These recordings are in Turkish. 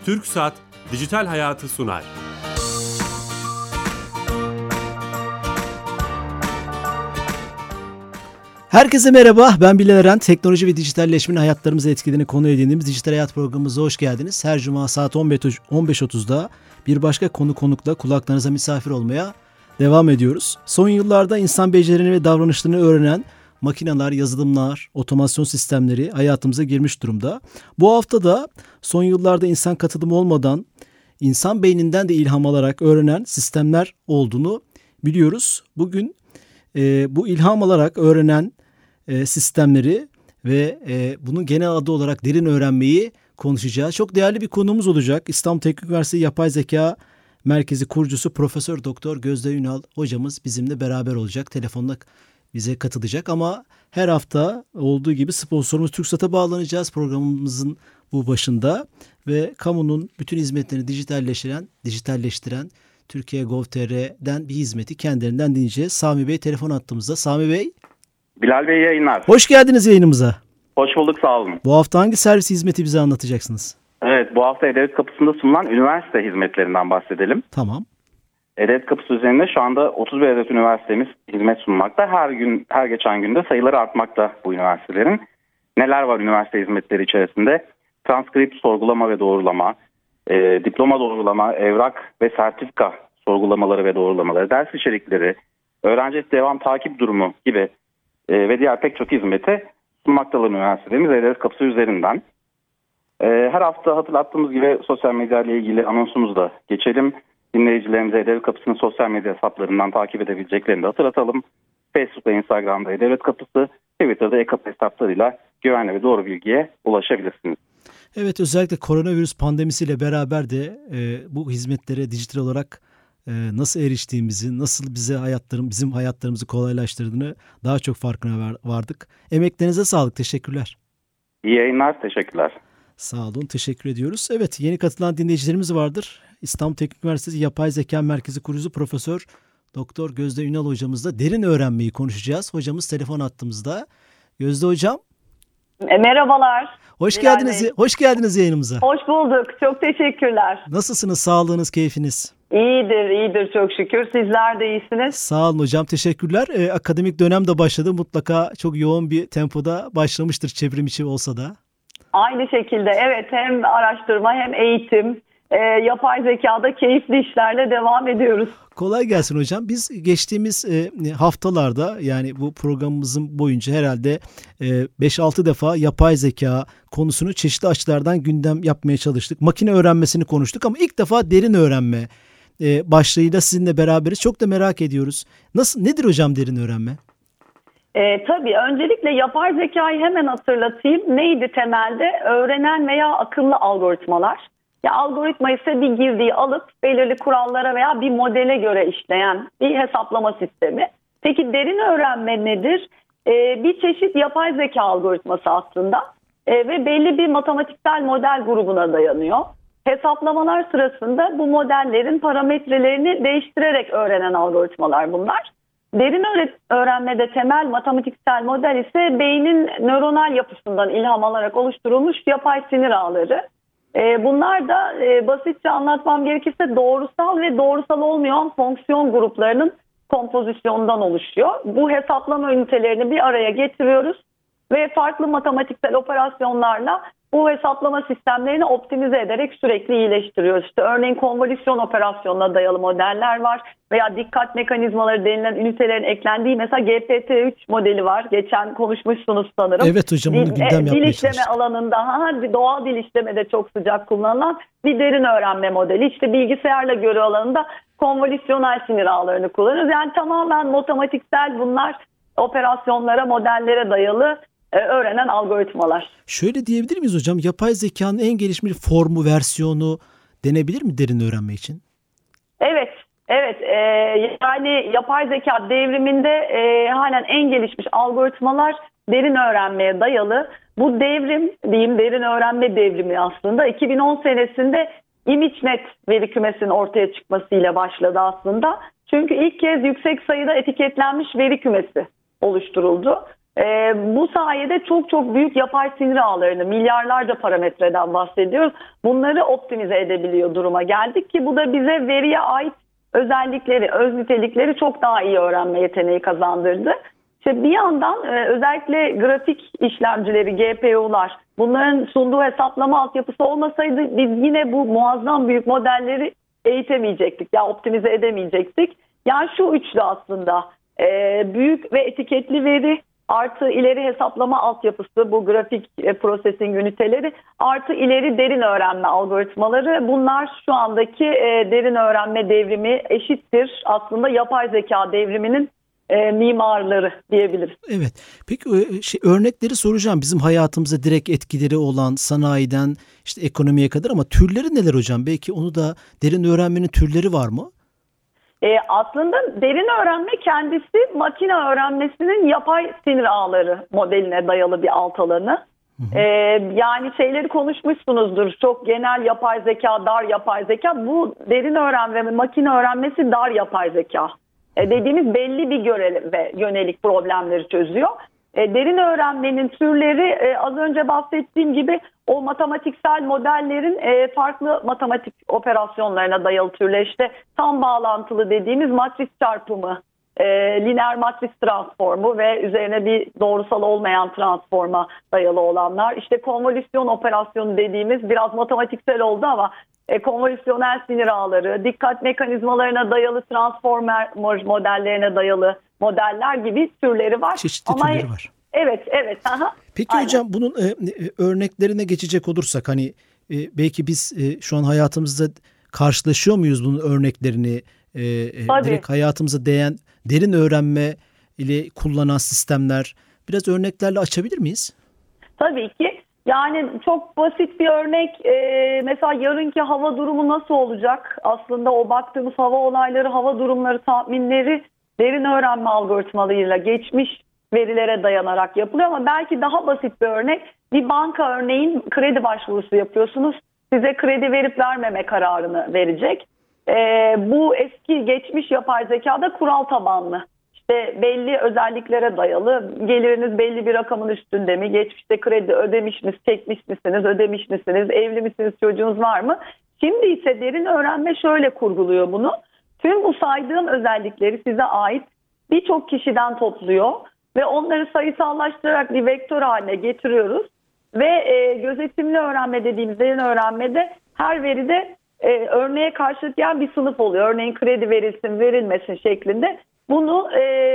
TürkSat Dijital Hayatı sunar. Herkese merhaba, ben Bilal Eren. Teknoloji ve dijitalleşmenin hayatlarımızı etkilediğini konu edindiğimiz Dijital Hayat programımıza hoş geldiniz. Her cuma saat 15.30'da bir başka konukla kulaklarınıza misafir olmaya devam ediyoruz. Son yıllarda insan becerilerini ve davranışlarını öğrenen makineler, yazılımlar, otomasyon sistemleri hayatımıza girmiş durumda. Bu hafta da son yıllarda insan katılımı olmadan insan beyninden de ilham alarak öğrenen sistemler olduğunu biliyoruz. Bugün bu ilham alarak öğrenen sistemleri ve bunun genel adı olarak derin öğrenmeyi konuşacağız. Çok değerli bir konuğumuz olacak. İstanbul Teknik Üniversitesi Yapay Zeka Merkezi kurucusu Profesör Doktor Gözde Ünal hocamız bizimle beraber olacak. Telefonla bize katılacak ama her hafta olduğu gibi sponsorumuz TürkSat'a bağlanacağız programımızın bu başında ve kamunun bütün hizmetlerini dijitalleştiren Türkiye Gov.tr'den bir hizmeti kendilerinden dinleyeceğiz. Sami Bey telefon attığımızda. Sami Bey. Bilal Bey yayınlar. Hoş geldiniz yayınımıza. Hoş bulduk, sağ olun. Bu hafta hangi servis hizmeti bize anlatacaksınız? Evet, bu hafta E-Devlet Kapısı'nda sunulan üniversite hizmetlerinden bahsedelim. Tamam. E-Devlet Kapısı üzerinde şu anda 31 adet üniversitemiz hizmet sunmakta. Her geçen günde sayıları artmakta bu üniversitelerin. Neler var üniversite hizmetleri içerisinde? Transkript sorgulama ve doğrulama, diploma doğrulama, evrak ve sertifika sorgulamaları ve doğrulamaları, ders içerikleri, öğrenci devam takip durumu gibi ve diğer pek çok hizmeti sunmaktalar üniversitemiz E-Devlet Kapısı üzerinden. Her hafta hatırlattığımız gibi sosyal medya ile ilgili anonsumuzu da geçelim. Dinleyicilerimize E-Devlet Kapısı'nın sosyal medya hesaplarından takip edebileceklerini de hatırlatalım. Facebook ve Instagram'da E-Devlet Kapısı, Twitter'da E-Kapı hesaplarıyla güvenli ve doğru bilgiye ulaşabilirsiniz. Evet, özellikle koronavirüs pandemisiyle beraber de bu hizmetlere dijital olarak nasıl eriştiğimizi, nasıl bizim hayatlarımızı kolaylaştırdığını daha çok farkına vardık. Emeklerinize sağlık, teşekkürler. İyi yayınlar, teşekkürler. Sağ olun, teşekkür ediyoruz. Evet, yeni katılan dinleyicilerimiz vardır. İstanbul Teknik Üniversitesi Yapay Zeka Merkezi kurucusu Profesör Doktor Gözde Ünal hocamızla derin öğrenmeyi konuşacağız. Hocamız telefon attığımızda. Gözde hocam. Merhabalar. Hoş geldiniz. Hoş geldiniz yayınımıza. Hoş bulduk. Çok teşekkürler. Nasılsınız? Sağlığınız, keyfiniz? İyidir çok şükür. Sizler de iyisiniz. Sağ olun hocam, teşekkürler. Akademik dönem de başladı. Mutlaka çok yoğun bir tempoda başlamıştır çevrim içi olsa da. Aynı şekilde evet, hem araştırma hem eğitim, yapay zekada keyifli işlerle devam ediyoruz. Kolay gelsin hocam. Biz geçtiğimiz haftalarda, yani bu programımızın boyunca herhalde 5-6 defa yapay zeka konusunu çeşitli açılardan gündem yapmaya çalıştık. Makine öğrenmesini konuştuk ama ilk defa derin öğrenme başlığıyla sizinle beraberiz. Çok da merak ediyoruz. Nedir hocam derin öğrenme? Tabii öncelikle yapay zekayı hemen hatırlatayım. Neydi temelde? Öğrenen veya akıllı algoritmalar. Ya algoritma ise bir girdiği alıp belirli kurallara veya bir modele göre işleyen bir hesaplama sistemi. Peki derin öğrenme nedir? Bir çeşit yapay zeka algoritması aslında ve belli bir matematiksel model grubuna dayanıyor. Hesaplamalar sırasında bu modellerin parametrelerini değiştirerek öğrenen algoritmalar bunlar. Derin öğrenmede temel matematiksel model ise beynin nöronal yapısından ilham alarak oluşturulmuş yapay sinir ağları. Bunlar da basitçe anlatmam gerekirse doğrusal ve doğrusal olmayan fonksiyon gruplarının kompozisyonundan oluşuyor. Bu hesaplama ünitelerini bir araya getiriyoruz ve farklı matematiksel operasyonlarla bu hesaplama sistemlerini optimize ederek sürekli iyileştiriyoruz. İşte örneğin konvolüsyon operasyonuna dayalı modeller var veya dikkat mekanizmaları denilen ünitelerin eklendiği mesela GPT-3 modeli var. Geçen konuşmuşsunuz sanırım. Evet hocam, onu gündem yapmaya dil işleme çalıştık. alanında doğal dil işlemede çok sıcak kullanılan bir derin öğrenme modeli. İşte bilgisayarla görü alanında konvolüsyonel sinir ağlarını kullanıyoruz. Yani tamamen matematiksel bunlar, operasyonlara, modellere dayalı öğrenen algoritmalar. Şöyle diyebilir miyiz hocam? Yapay zekanın en gelişmiş formu, versiyonu denebilir mi derin öğrenme için? Evet. Yani yapay zeka devriminde halen en gelişmiş algoritmalar derin öğrenmeye dayalı. Bu devrim diyeyim, derin öğrenme devrimi aslında 2010 senesinde ImageNet veri kümesinin ortaya çıkmasıyla başladı aslında. Çünkü ilk kez yüksek sayıda etiketlenmiş veri kümesi oluşturuldu. Bu sayede çok çok büyük yapay sinir ağlarını, milyarlarca parametreden bahsediyoruz. Bunları optimize edebiliyor duruma geldik ki bu da bize veriye ait özellikleri, öz nitelikleri çok daha iyi öğrenme yeteneği kazandırdı. İşte bir yandan özellikle grafik işlemcileri, GPU'lar, bunların sunduğu hesaplama altyapısı olmasaydı biz yine bu muazzam büyük modelleri eğitemeyecektik, ya optimize edemeyecektik. Yani şu üçlü aslında büyük ve etiketli veri artı ileri hesaplama altyapısı, bu grafik processing üniteleri artı ileri derin öğrenme algoritmaları, bunlar şu andaki derin öğrenme devrimi eşittir aslında yapay zeka devriminin mimarları diyebiliriz. Evet. Peki örnekleri soracağım. Bizim hayatımıza direkt etkileri olan sanayiden işte ekonomiye kadar, ama türleri neler hocam? Belki onu da, derin öğrenmenin türleri var mı? Aslında derin öğrenme kendisi makine öğrenmesinin yapay sinir ağları modeline dayalı bir alt alanı. Yani şeyleri konuşmuşsunuzdur. Çok genel yapay zeka, dar yapay zeka. Bu derin öğrenme ve makine öğrenmesi dar yapay zeka. Dediğimiz belli bir göreve yönelik problemleri çözüyor. Derin öğrenmenin türleri az önce bahsettiğim gibi o matematiksel modellerin farklı matematik operasyonlarına dayalı türler. İşte tam bağlantılı dediğimiz matris çarpımı, lineer matris transformu ve üzerine bir doğrusal olmayan transforma dayalı olanlar. İşte konvolüsyon operasyonu dediğimiz biraz matematiksel oldu ama konvolüsyonel sinir ağları, dikkat mekanizmalarına dayalı transformer modellerine dayalı modeller gibi türleri var. Çeşitli türleri var. Evet. Aha. Peki Aynen. hocam bunun örneklerine geçecek olursak, hani belki biz şu an hayatımızda karşılaşıyor muyuz bunun örneklerini? Direkt hayatımıza değen derin öğrenme ile kullanan sistemler, biraz örneklerle açabilir miyiz? Tabii ki. Yani çok basit bir örnek, mesela yarınki hava durumu nasıl olacak? Aslında o baktığımız hava olayları, hava durumları tahminleri derin öğrenme algoritmalarıyla geçmiş verilere dayanarak yapılıyor. Ama belki daha basit bir örnek, bir banka örneğin kredi başvurusu yapıyorsunuz. Size kredi verip vermeme kararını verecek. Bu eski geçmiş yapay zekada kural tabanlı. İşte belli özelliklere dayalı, geliriniz belli bir rakamın üstünde mi, geçmişte kredi ödemiş misiniz, çekmiş misiniz, ödemiş misiniz, evli misiniz, çocuğunuz var mı? Şimdi ise derin öğrenme şöyle kurguluyor bunu. Tüm bu saydığım özellikleri size ait birçok kişiden topluyor ve onları sayısallaştırarak bir vektör haline getiriyoruz. Ve gözetimli öğrenme dediğimiz derin öğrenmede her veride örneğe karşılık gelen bir sınıf oluyor. Örneğin kredi verilsin, verilmesin şeklinde. Bunu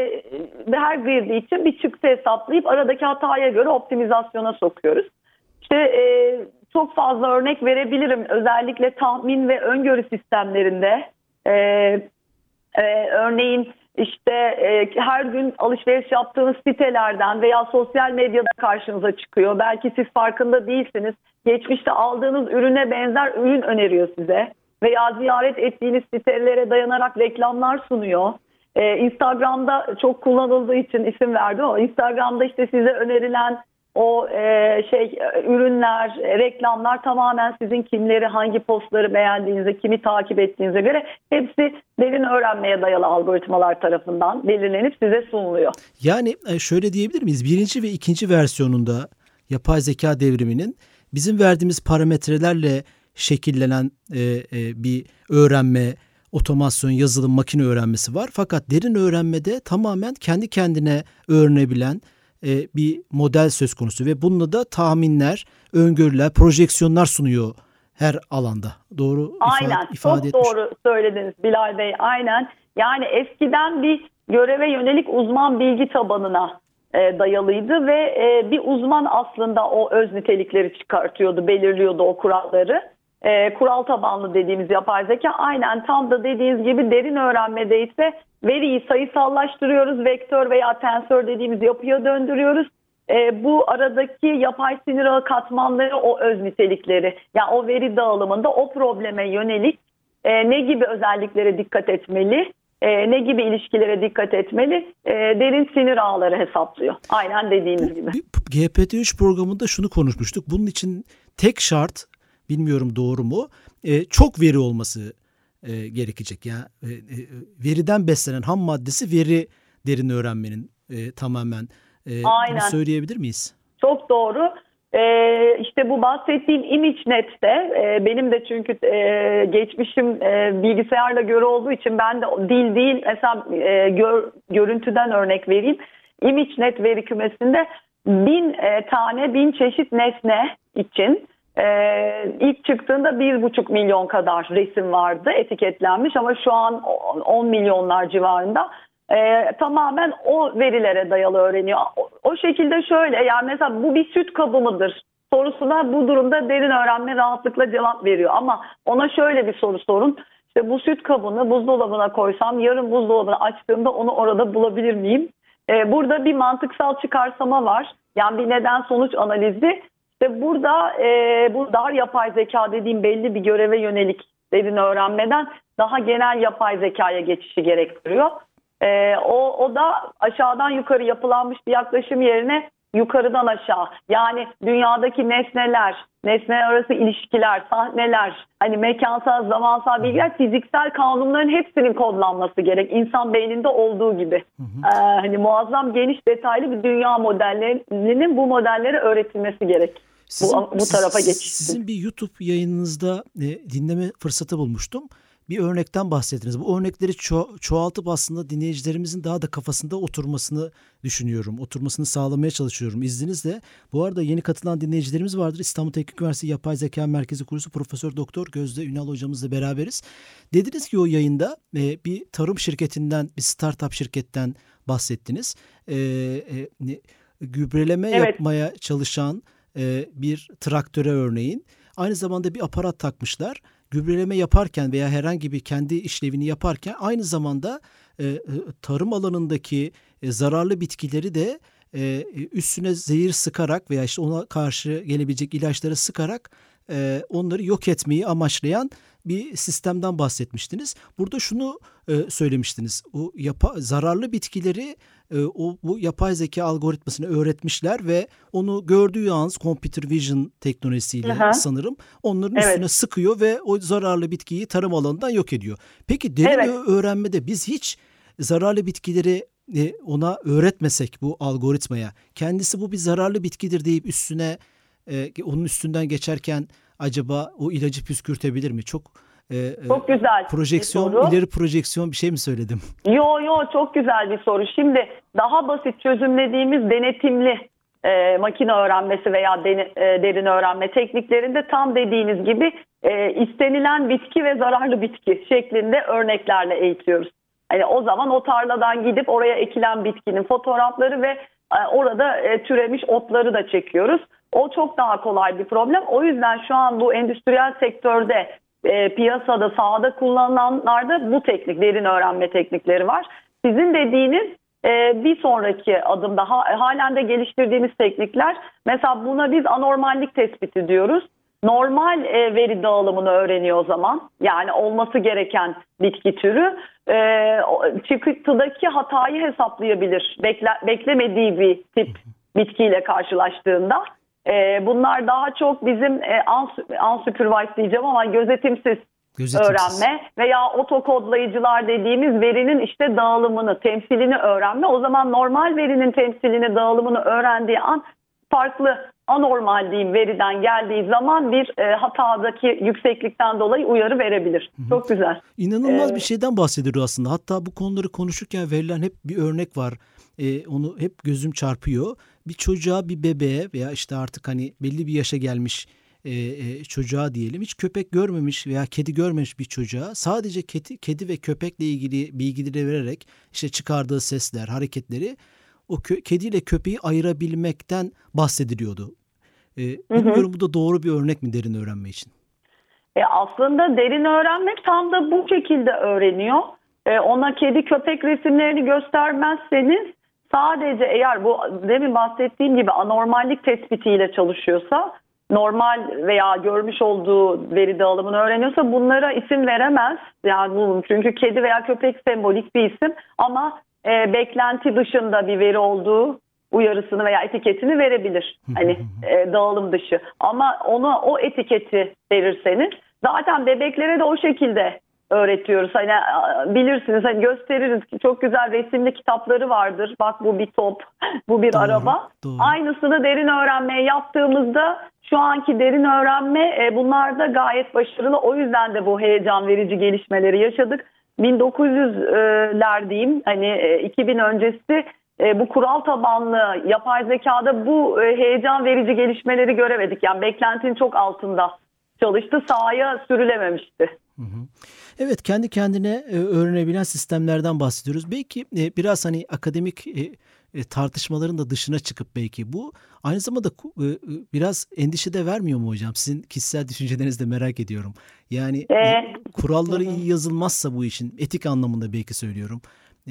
her girdi için bir çıktı hesaplayıp aradaki hataya göre optimizasyona sokuyoruz. İşte çok fazla örnek verebilirim. Özellikle tahmin ve öngörü sistemlerinde örneğin işte her gün alışveriş yaptığınız sitelerden veya sosyal medyada karşınıza çıkıyor. Belki siz farkında değilsiniz. Geçmişte aldığınız ürüne benzer ürün öneriyor size. Veya ziyaret ettiğiniz sitelere dayanarak reklamlar sunuyor. Instagram'da çok kullanıldığı için isim verdim ama Instagram'da işte size önerilen o ürünler, reklamlar tamamen sizin kimleri, hangi postları beğendiğinize, kimi takip ettiğinize göre hepsi derin öğrenmeye dayalı algoritmalar tarafından belirlenip size sunuluyor. Yani şöyle diyebilir miyiz? Birinci ve ikinci versiyonunda yapay zeka devriminin bizim verdiğimiz parametrelerle şekillenen bir öğrenme, otomasyon, yazılım, makine öğrenmesi var. Fakat derin öğrenmede tamamen kendi kendine öğrenebilen bir model söz konusu ve bununla da tahminler, öngörüler, projeksiyonlar sunuyor her alanda. Doğru aynen, ifade etmiş. Çok doğru söylediniz Bilal Bey. Aynen. Yani eskiden bir göreve yönelik uzman bilgi tabanına dayalıydı ve bir uzman aslında o öz nitelikleri çıkartıyordu, belirliyordu o kuralları. Kural tabanlı dediğimiz yapay zeka aynen tam da dediğiniz gibi derin öğrenmede ise veriyi sayısallaştırıyoruz. Vektör veya tensör dediğimiz yapıya döndürüyoruz. Bu aradaki yapay sinir ağı katmanları o öz nitelikleri. Yani o veri dağılımında o probleme yönelik ne gibi özelliklere dikkat etmeli, ne gibi ilişkilere dikkat etmeli, derin sinir ağları hesaplıyor. Aynen dediğiniz gibi. GPT-3 programında şunu konuşmuştuk. Bunun için tek şart, bilmiyorum doğru mu, çok veri olması gerekecek. Yani veriden beslenen ham maddesi veri derin öğrenmenin tamamen Bunu Aynen. söyleyebilir miyiz? Çok doğru. İşte bu bahsettiğim ImageNet'te benim de çünkü geçmişim bilgisayarla göre olduğu için ben de dil değil mesela görüntüden örnek vereyim. ImageNet veri kümesinde 1000 çeşit nesne için ilk çıktığında 1,5 milyon kadar resim vardı etiketlenmiş ama şu an 10 milyonlar civarında. Tamamen o verilere dayalı öğreniyor. O şekilde şöyle yani mesela bu bir süt kabı mıdır sorusuna bu durumda derin öğrenme rahatlıkla cevap veriyor. Ama ona şöyle bir soru sorun. İşte bu süt kabını buzdolabına koysam yarın buzdolabını açtığımda onu orada bulabilir miyim? Burada bir mantıksal çıkarsama var. Yani bir neden sonuç analizi. İşte burada bu dar yapay zeka dediğim belli bir göreve yönelik derin öğrenmeden daha genel yapay zekaya geçişi gerektiriyor. O da aşağıdan yukarı yapılanmış bir yaklaşım yerine yukarıdan aşağı. Yani dünyadaki nesneler, nesneler arası ilişkiler, sahneler, hani mekansal, zamansal bilgiler, fiziksel kanunların hepsinin kodlanması gerek. İnsan beyninde olduğu gibi. Hani muazzam geniş detaylı bir dünya modellerinin bu modellere öğretilmesi gerek. Bu tarafa geçişti. Sizin bir YouTube yayınınızda dinleme fırsatı bulmuştum. Bir örnekten bahsettiniz. Bu örnekleri çoğaltıp aslında dinleyicilerimizin daha da kafasında oturmasını düşünüyorum. Oturmasını sağlamaya çalışıyorum izninizle. Bu arada yeni katılan dinleyicilerimiz vardır. İstanbul Teknik Üniversitesi Yapay Zeka Merkezi kurucusu Profesör Doktor Gözde Ünal hocamızla beraberiz. Dediniz ki o yayında bir tarım şirketinden, bir startup şirketten bahsettiniz. Gübreleme yapmaya çalışan bir traktöre örneğin aynı zamanda bir aparat takmışlar. Gübreleme yaparken veya herhangi bir kendi işlevini yaparken aynı zamanda tarım alanındaki zararlı bitkileri de üstüne zehir sıkarak veya işte ona karşı gelebilecek ilaçları sıkarak onları yok etmeyi amaçlayan bir sistemden bahsetmiştiniz. Burada şunu söylemiştiniz. O zararlı bitkileri bu yapay zeka algoritmasını öğretmişler ve onu gördüğü an computer vision teknolojisiyle sanırım onların üstüne sıkıyor ve o zararlı bitkiyi tarım alanından yok ediyor. Peki derin öğrenmede biz hiç zararlı bitkileri ona öğretmesek bu algoritmaya, kendisi bu bir zararlı bitkidir deyip onun üstünden geçerken acaba o ilacı püskürtebilir mi? Çok güzel ileri projeksiyon bir şey mi söyledim? Yo çok güzel bir soru. Şimdi daha basit çözümlediğimiz denetimli makine öğrenmesi veya derin öğrenme tekniklerinde tam dediğiniz gibi istenilen bitki ve zararlı bitki şeklinde örneklerle eğitiyoruz. Yani o zaman o tarladan gidip oraya ekilen bitkinin fotoğrafları ve orada türemiş otları da çekiyoruz. O çok daha kolay bir problem. O yüzden şu an bu endüstriyel sektörde piyasada, sahada kullanılanlarda bu teknik, derin öğrenme teknikleri var. Sizin dediğiniz bir sonraki adımda halen de geliştirdiğimiz teknikler. Mesela buna biz anormallik tespiti diyoruz. Normal veri dağılımını öğreniyor o zaman. Yani olması gereken bitki türü. Çıktıdaki hatayı hesaplayabilir. Beklemediği bir tip bitkiyle karşılaştığında. Bunlar daha çok bizim unsupervised diyeceğim ama gözetimsiz öğrenme veya otokodlayıcılar dediğimiz verinin işte dağılımını, temsilini öğrenme. O zaman normal verinin temsilini, dağılımını öğrendiği an farklı anormal diyeyim veriden geldiği zaman bir hatadaki yükseklikten dolayı uyarı verebilir. Çok güzel. İnanılmaz bir şeyden bahsediyor aslında. Hatta bu konuları konuşurken verilen hep bir örnek var. Onu hep gözüm çarpıyor. Bir çocuğa, bir bebeğe veya işte artık hani belli bir yaşa gelmiş çocuğa diyelim, hiç köpek görmemiş veya kedi görmemiş bir çocuğa sadece kedi ve köpekle ilgili bilgileri vererek işte çıkardığı sesler, hareketleri o kediyle köpeği ayırabilmekten bahsediliyordu. Bilmiyorum bu da doğru bir örnek mi derin öğrenme için? Aslında derin öğrenmek tam da bu şekilde öğreniyor. Ona kedi köpek resimlerini göstermezseniz sadece eğer bu demin bahsettiğim gibi anormallik tespitiyle çalışıyorsa, normal veya görmüş olduğu veri dağılımını öğreniyorsa bunlara isim veremez. Yani çünkü kedi veya köpek sembolik bir isim ama beklenti dışında bir veri olduğu uyarısını veya etiketini verebilir. Hani dağılım dışı. Ama ona o etiketi verirseniz zaten bebeklere de o şekilde öğretiyoruz. Hani bilirsiniz, hani gösteririz ki çok güzel resimli kitapları vardır. Bak bu bir top, bu bir araba. Doğru. Aynısını derin öğrenmeye yaptığımızda şu anki derin öğrenme bunlar da gayet başarılı. O yüzden de bu heyecan verici gelişmeleri yaşadık. 1900'ler diyeyim, hani 2000 öncesi bu kural tabanlı yapay zekada bu heyecan verici gelişmeleri göremedik. Yani beklentinin çok altında çalıştı, sahaya sürülememişti. Evet, kendi kendine öğrenebilen sistemlerden bahsediyoruz. Belki biraz hani akademik tartışmaların da dışına çıkıp belki bu aynı zamanda biraz endişe de vermiyor mu hocam? Sizin kişisel düşüncelerinizi de merak ediyorum. Yani kuralları iyi yazılmazsa bu işin etik anlamında belki söylüyorum.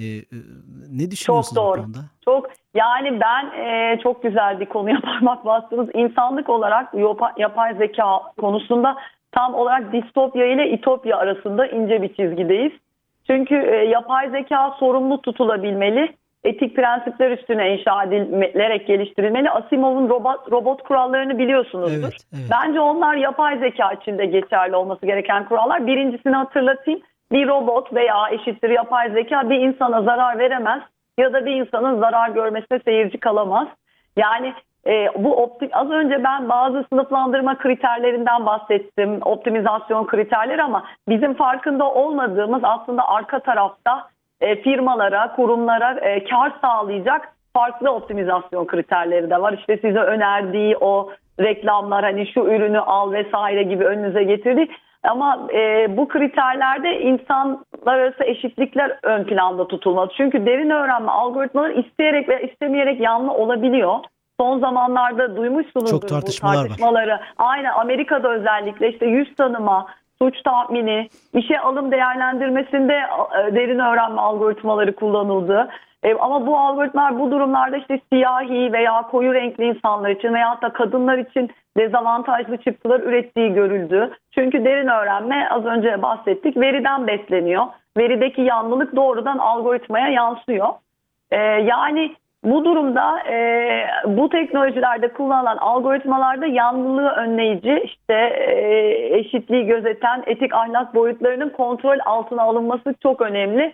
Ne düşünüyorsunuz çok doğru. bu konuda? Çok, yani ben çok güzel bir konuya parmak bastınız. İnsanlık olarak yapay zeka konusunda tam olarak distopya ile ütopya arasında ince bir çizgideyiz. Çünkü yapay zeka sorumlu tutulabilmeli, etik prensipler üstüne inşa edilerek geliştirilmeli. Asimov'un robot kurallarını biliyorsunuzdur. Evet. Bence onlar yapay zeka için de geçerli olması gereken kurallar. Birincisini hatırlatayım. Bir robot veya eşittir yapay zeka bir insana zarar veremez ya da bir insanın zarar görmesine seyirci kalamaz. Yani az önce ben bazı sınıflandırma kriterlerinden bahsettim, optimizasyon kriterleri, ama bizim farkında olmadığımız aslında arka tarafta firmalara, kurumlara kar sağlayacak farklı optimizasyon kriterleri de var. İşte size önerdiği o reklamlar, hani şu ürünü al vesaire gibi önünüze getirdiği. Ama bu kriterlerde insanlar arası eşitlikler ön planda tutulmalı. Çünkü derin öğrenme algoritmaları isteyerek veya istemeyerek yanlı olabiliyor. Son zamanlarda duymuşsunuzdur çok tartışmaları. Var. Aynen, Amerika'da özellikle işte yüz tanıma, suç tahmini, işe alım değerlendirmesinde derin öğrenme algoritmaları kullanıldı. Ama bu algoritmalar bu durumlarda işte siyahi veya koyu renkli insanlar için veyahut da kadınlar için dezavantajlı çıktılar ürettiği görüldü. Çünkü derin öğrenme, az önce bahsettik, veriden besleniyor. Verideki yanlılık doğrudan algoritmaya yansıyor. Yani bu durumda bu teknolojilerde kullanılan algoritmalarda yanlılığı önleyici, işte eşitliği gözeten etik ahlak boyutlarının kontrol altına alınması çok önemli.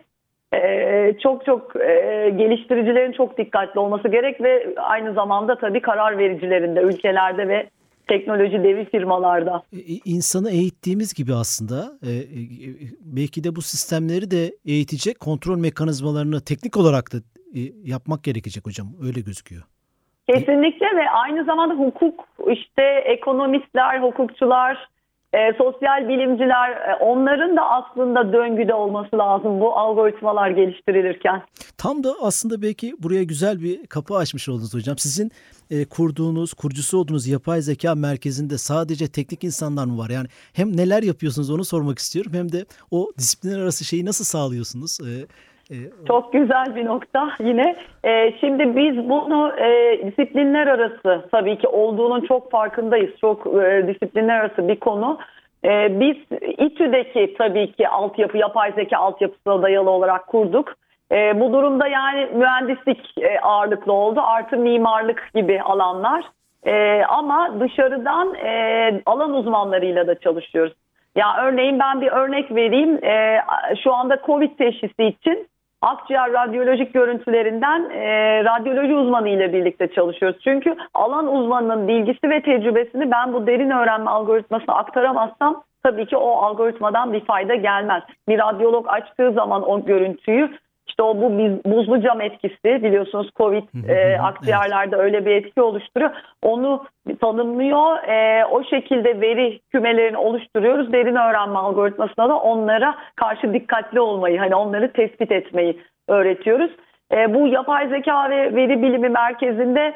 Çok geliştiricilerin çok dikkatli olması gerek ve aynı zamanda tabii karar vericilerin de, ülkelerde ve teknoloji devi firmalarda. İnsanı eğittiğimiz gibi aslında belki de bu sistemleri de eğitecek kontrol mekanizmalarını teknik olarak da yapmak gerekecek hocam. Öyle gözüküyor. Kesinlikle ve aynı zamanda hukuk, işte ekonomistler, hukukçular, sosyal bilimciler, onların da aslında döngüde olması lazım bu algoritmalar geliştirilirken. Tam da aslında belki buraya güzel bir kapı açmış oldunuz hocam. Sizin kurucusu olduğunuz yapay zeka merkezinde sadece teknik insanlar mı var? Yani hem neler yapıyorsunuz onu sormak istiyorum, hem de o disiplinler arası şeyi nasıl sağlıyorsunuz? Çok güzel bir nokta yine. Şimdi biz bunu disiplinler arası tabii ki olduğunun çok farkındayız. Çok disiplinler arası bir konu. Biz İTÜ'deki tabii ki altyapı, yapay zeka altyapısına dayalı olarak kurduk. Bu durumda yani mühendislik ağırlıklı oldu, artı mimarlık gibi alanlar. Ama dışarıdan alan uzmanlarıyla da çalışıyoruz. Ya örneğin ben bir örnek vereyim. Şu anda COVID teşhisi için akciğer radyolojik görüntülerinden radyoloji uzmanı ile birlikte çalışıyoruz. Çünkü alan uzmanının bilgisi ve tecrübesini ben bu derin öğrenme algoritmasına aktaramazsam tabii ki o algoritmadan bir fayda gelmez. Bir radyolog açtığı zaman o görüntüyü, işte o bu buzlu cam etkisi, biliyorsunuz COVID akciğerlerde öyle bir etki oluşturuyor. Onu tanımlıyor. O şekilde veri kümelerini oluşturuyoruz. Derin öğrenme algoritmasına da onlara karşı dikkatli olmayı, hani onları tespit etmeyi öğretiyoruz. Bu yapay zeka ve veri bilimi merkezinde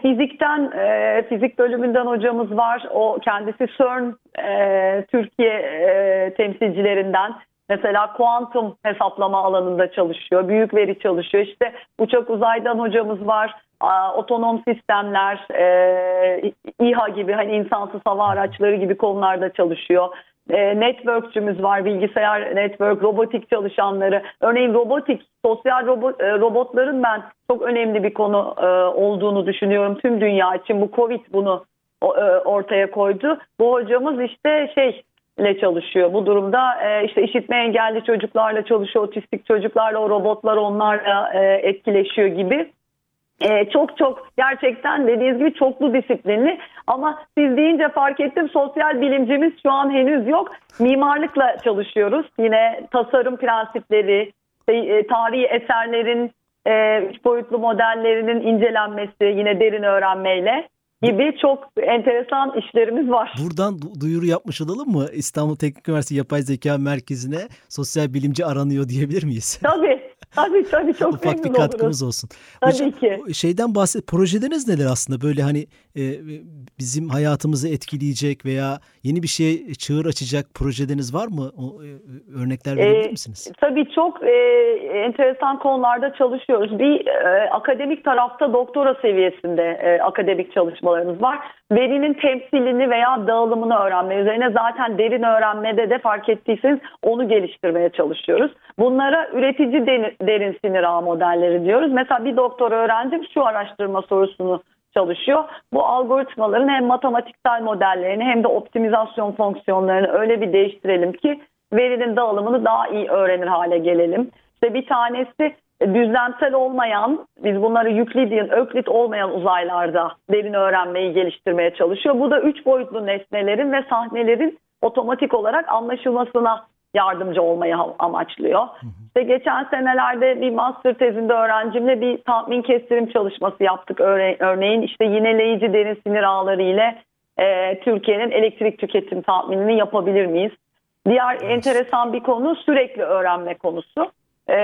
fizik bölümünden hocamız var. O kendisi CERN Türkiye temsilcilerinden. Mesela kuantum hesaplama alanında çalışıyor, büyük veri çalışıyor. İşte uçak uzaydan hocamız var, otonom sistemler, İHA gibi, hani insansız hava araçları gibi konularda çalışıyor. Networkçümüz var, bilgisayar network, robotik çalışanları. Örneğin robotik, sosyal robotların ben çok önemli bir konu olduğunu düşünüyorum tüm dünya için. Bu Covid bunu ortaya koydu. Bu hocamız işte ile çalışıyor. Bu durumda işte işitme engelli çocuklarla çalışıyor, otistik çocuklarla, o robotlar onlarla etkileşiyor gibi. Çok gerçekten dediğiniz gibi çoklu disiplinli, ama siz deyince fark ettim, sosyal bilimcimiz şu an henüz yok. Mimarlıkla çalışıyoruz. Yine tasarım prensipleri, tarihi eserlerin 3 boyutlu modellerinin incelenmesi, yine derin öğrenmeyle gibi çok enteresan işlerimiz var. Buradan duyuru yapmış olalım mı? İstanbul Teknik Üniversitesi Yapay Zeka Merkezi'ne sosyal bilimci aranıyor diyebilir miyiz? Tabii çok Ufak bir katkımız olsun. Tabii Hocam, ki. Şeyden projeleriniz neler aslında? Böyle hani bizim hayatımızı etkileyecek veya yeni bir şey çığır açacak projeleriniz var mı? Örnekler verebilir misiniz? Tabii çok enteresan konularda çalışıyoruz. Bir akademik tarafta doktora seviyesinde akademik çalışmalarımız var. Verinin temsilini veya dağılımını öğrenme üzerine, zaten derin öğrenmede de fark ettiyseniz onu geliştirmeye çalışıyoruz. Bunlara üretici derin sinir ağ modelleri diyoruz. Mesela bir doktor öğrencim şu araştırma sorusunu çalışıyor. Bu algoritmaların hem matematiksel modellerini hem de optimizasyon fonksiyonlarını öyle bir değiştirelim ki verinin dağılımını daha iyi öğrenir hale gelelim. İşte bir tanesi düzlemsel olmayan, biz bunları Öklit olmayan uzaylarda derin öğrenmeyi geliştirmeye çalışıyor. Bu da 3 boyutlu nesnelerin ve sahnelerin otomatik olarak anlaşılmasına yardımcı olmayı amaçlıyor. İşte geçen senelerde bir master tezinde öğrencimle bir tahmin kestirim çalışması yaptık. Örneğin işte yineleyici derin sinir ağları ile Türkiye'nin elektrik tüketim tahminini yapabilir miyiz? Diğer enteresan bir konu sürekli öğrenme konusu.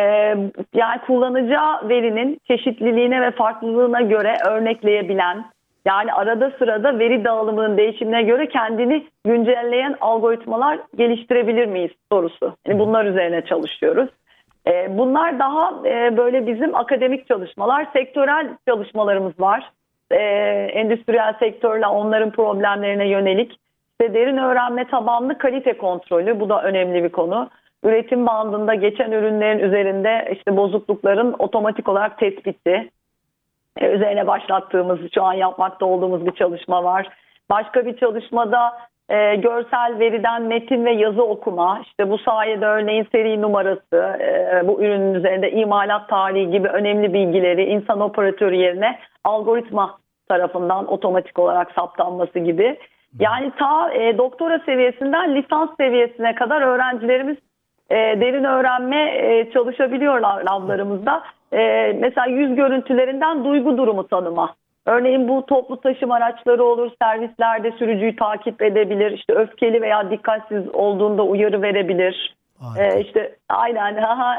Yani kullanacağı verinin çeşitliliğine ve farklılığına göre örnekleyebilen, yani arada sırada veri dağılımının değişimine göre kendini güncelleyen algoritmalar geliştirebilir miyiz sorusu. Yani bunlar üzerine çalışıyoruz. Bunlar daha böyle bizim akademik çalışmalar, sektörel çalışmalarımız var. Endüstriyel sektörle onların problemlerine yönelik. İşte derin öğrenme tabanlı kalite kontrolü, bu da önemli bir konu. Üretim bandında geçen ürünlerin üzerinde işte bozuklukların otomatik olarak tespiti. Üzerine başlattığımız, şu an yapmakta olduğumuz bir çalışma var. Başka bir çalışmada görsel veriden metin ve yazı okuma. İşte bu sayede örneğin seri numarası, bu ürünün üzerinde imalat tarihi gibi önemli bilgileri insan operatörü yerine algoritma tarafından otomatik olarak saptanması gibi. Yani ta doktora seviyesinden lisans seviyesine kadar öğrencilerimiz derin öğrenme çalışabiliyorlar lablarımızda. Mesela yüz görüntülerinden duygu durumu tanıma. Örneğin bu toplu taşıma araçları olur, servislerde sürücüyü takip edebilir. İşte öfkeli veya dikkatsiz olduğunda uyarı verebilir. İşte aynen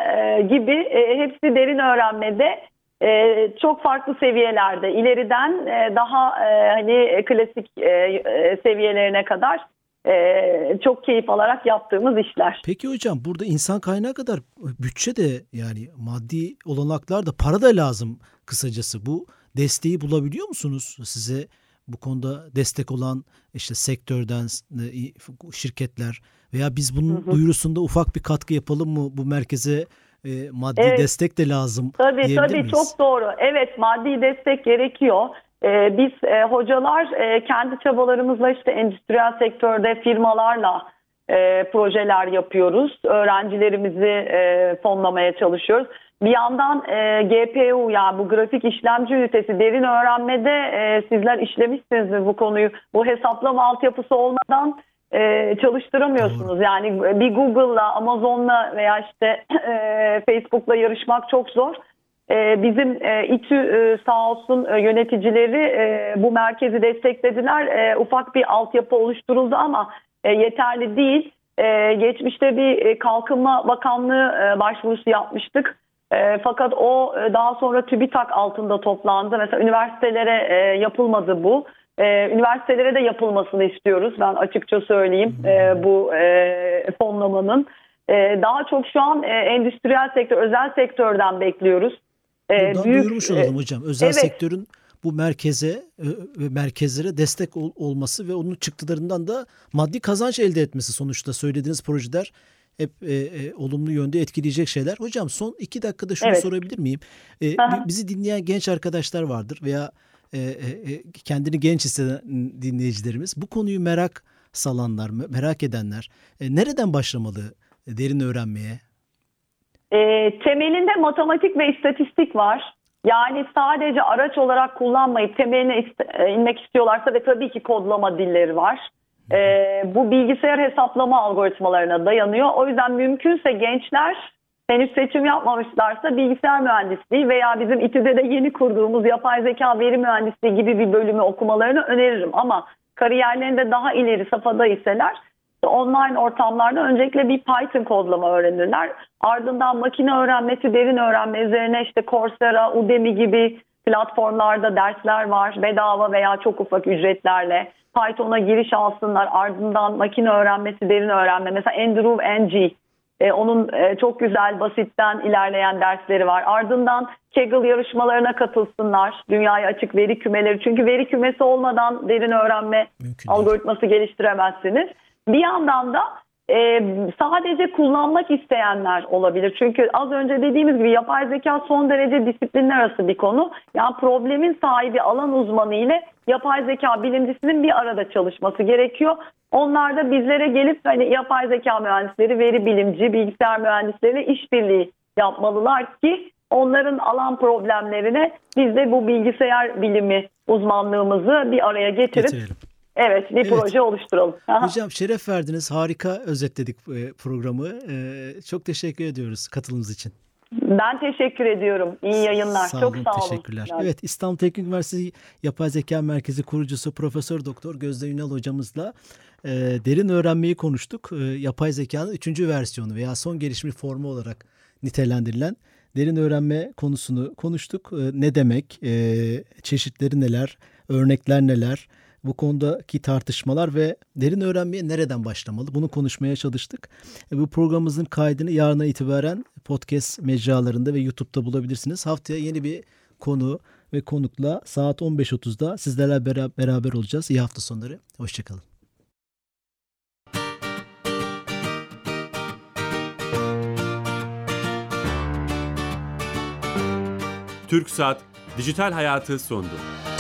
gibi hepsi derin öğrenmede çok farklı seviyelerde, ileriden daha hani klasik seviyelerine kadar çok keyif alarak yaptığımız işler. Peki hocam, burada insan kaynağı kadar bütçe de, yani maddi olanaklar da, para da lazım kısacası. Bu desteği bulabiliyor musunuz? Size bu konuda destek olan işte sektörden şirketler veya biz bunun duyurusunda ufak bir katkı yapalım mı? Bu merkeze maddi destek de lazım diyebilir miyiz? Çok doğru. Evet, maddi destek gerekiyor. Biz hocalar kendi çabalarımızla işte endüstriyel sektörde firmalarla projeler yapıyoruz. Öğrencilerimizi fonlamaya çalışıyoruz. Bir yandan GPU, yani bu grafik işlemci ünitesi, derin öğrenmede sizler işlemişsiniz bu konuyu. Bu hesaplama altyapısı olmadan çalıştıramıyorsunuz. Doğru. Yani bir Google'la, Amazon'la veya işte Facebook'la yarışmak çok zor. Bizim İTÜ sağ olsun yöneticileri bu merkezi desteklediler. Ufak bir altyapı oluşturuldu ama yeterli değil. Geçmişte bir Kalkınma Bakanlığı başvurusu yapmıştık. Fakat o daha sonra TÜBİTAK altında toplandı. Mesela üniversitelere yapılmadı bu. Üniversitelere de yapılmasını istiyoruz. Ben açıkça söyleyeyim bu fonlamanın. Daha çok şu an endüstriyel sektör, özel sektörden bekliyoruz. Buradan duyurmuş olalım hocam. Özel sektörün bu merkezlere destek olması ve onun çıktılarından da maddi kazanç elde etmesi, sonuçta söylediğiniz projeler hep olumlu yönde etkileyecek şeyler. Hocam son 2 dakikada şunu sorabilir miyim? Bizi dinleyen genç arkadaşlar vardır veya kendini genç hisseden dinleyicilerimiz. Bu konuyu merak salanlar, merak edenler nereden başlamalı derin öğrenmeye? Temelinde matematik ve istatistik var. Yani sadece araç olarak kullanmayıp temeline inmek istiyorlarsa ve tabii ki kodlama dilleri var. Bu bilgisayar hesaplama algoritmalarına dayanıyor. O yüzden mümkünse gençler henüz seçim yapmamışlarsa bilgisayar mühendisliği veya bizim İTÜ'de de yeni kurduğumuz yapay zeka veri mühendisliği gibi bir bölümü okumalarını öneririm. Ama kariyerlerinde daha ileri safhada iseler online ortamlarda öncelikle bir Python kodlama öğrenirler. Ardından makine öğrenmesi, derin öğrenme üzerine işte Coursera, Udemy gibi platformlarda dersler var. Bedava veya çok ufak ücretlerle Python'a giriş alsınlar. Ardından makine öğrenmesi, derin öğrenme. Mesela Andrew Ng, onun çok güzel, basitten ilerleyen dersleri var. Ardından Kaggle yarışmalarına katılsınlar. Dünyaya açık veri kümeleri. Çünkü veri kümesi olmadan derin öğrenme algoritması geliştiremezsiniz. Bir yandan da sadece kullanmak isteyenler olabilir. Çünkü az önce dediğimiz gibi yapay zeka son derece disiplinler arası bir konu. Yani problemin sahibi, alan uzmanı ile yapay zeka bilimcisinin bir arada çalışması gerekiyor. Onlar da bizlere gelip hani yapay zeka mühendisleri, veri bilimci, bilgisayar mühendisleriyle işbirliği yapmalılar ki onların alan problemlerine biz de bu bilgisayar bilimi uzmanlığımızı bir araya getirelim. Evet, bir proje oluşturalım. Hocam şeref verdiniz. Harika özetledik programı. Çok teşekkür ediyoruz katılımınız için. Ben teşekkür ediyorum. İyi yayınlar. Çok sağ olun. Teşekkürler. Evet, İstanbul Teknik Üniversitesi Yapay Zeka Merkezi kurucusu Profesör Doktor Gözde Ünal hocamızla derin öğrenmeyi konuştuk. Yapay zekanın 3. versiyonu veya son gelişmiş formu olarak nitelendirilen derin öğrenme konusunu konuştuk. Ne demek? Çeşitleri neler? Örnekler neler? Bu konudaki tartışmalar ve derin öğrenmeye nereden başlamalı? Bunu konuşmaya çalıştık. Bu programımızın kaydını yarına itibaren podcast mecralarında ve YouTube'da bulabilirsiniz. Haftaya yeni bir konu ve konukla saat 15.30'da sizlerle beraber olacağız. İyi hafta sonları. Hoşçakalın. TürkSat Dijital Hayatı sondu.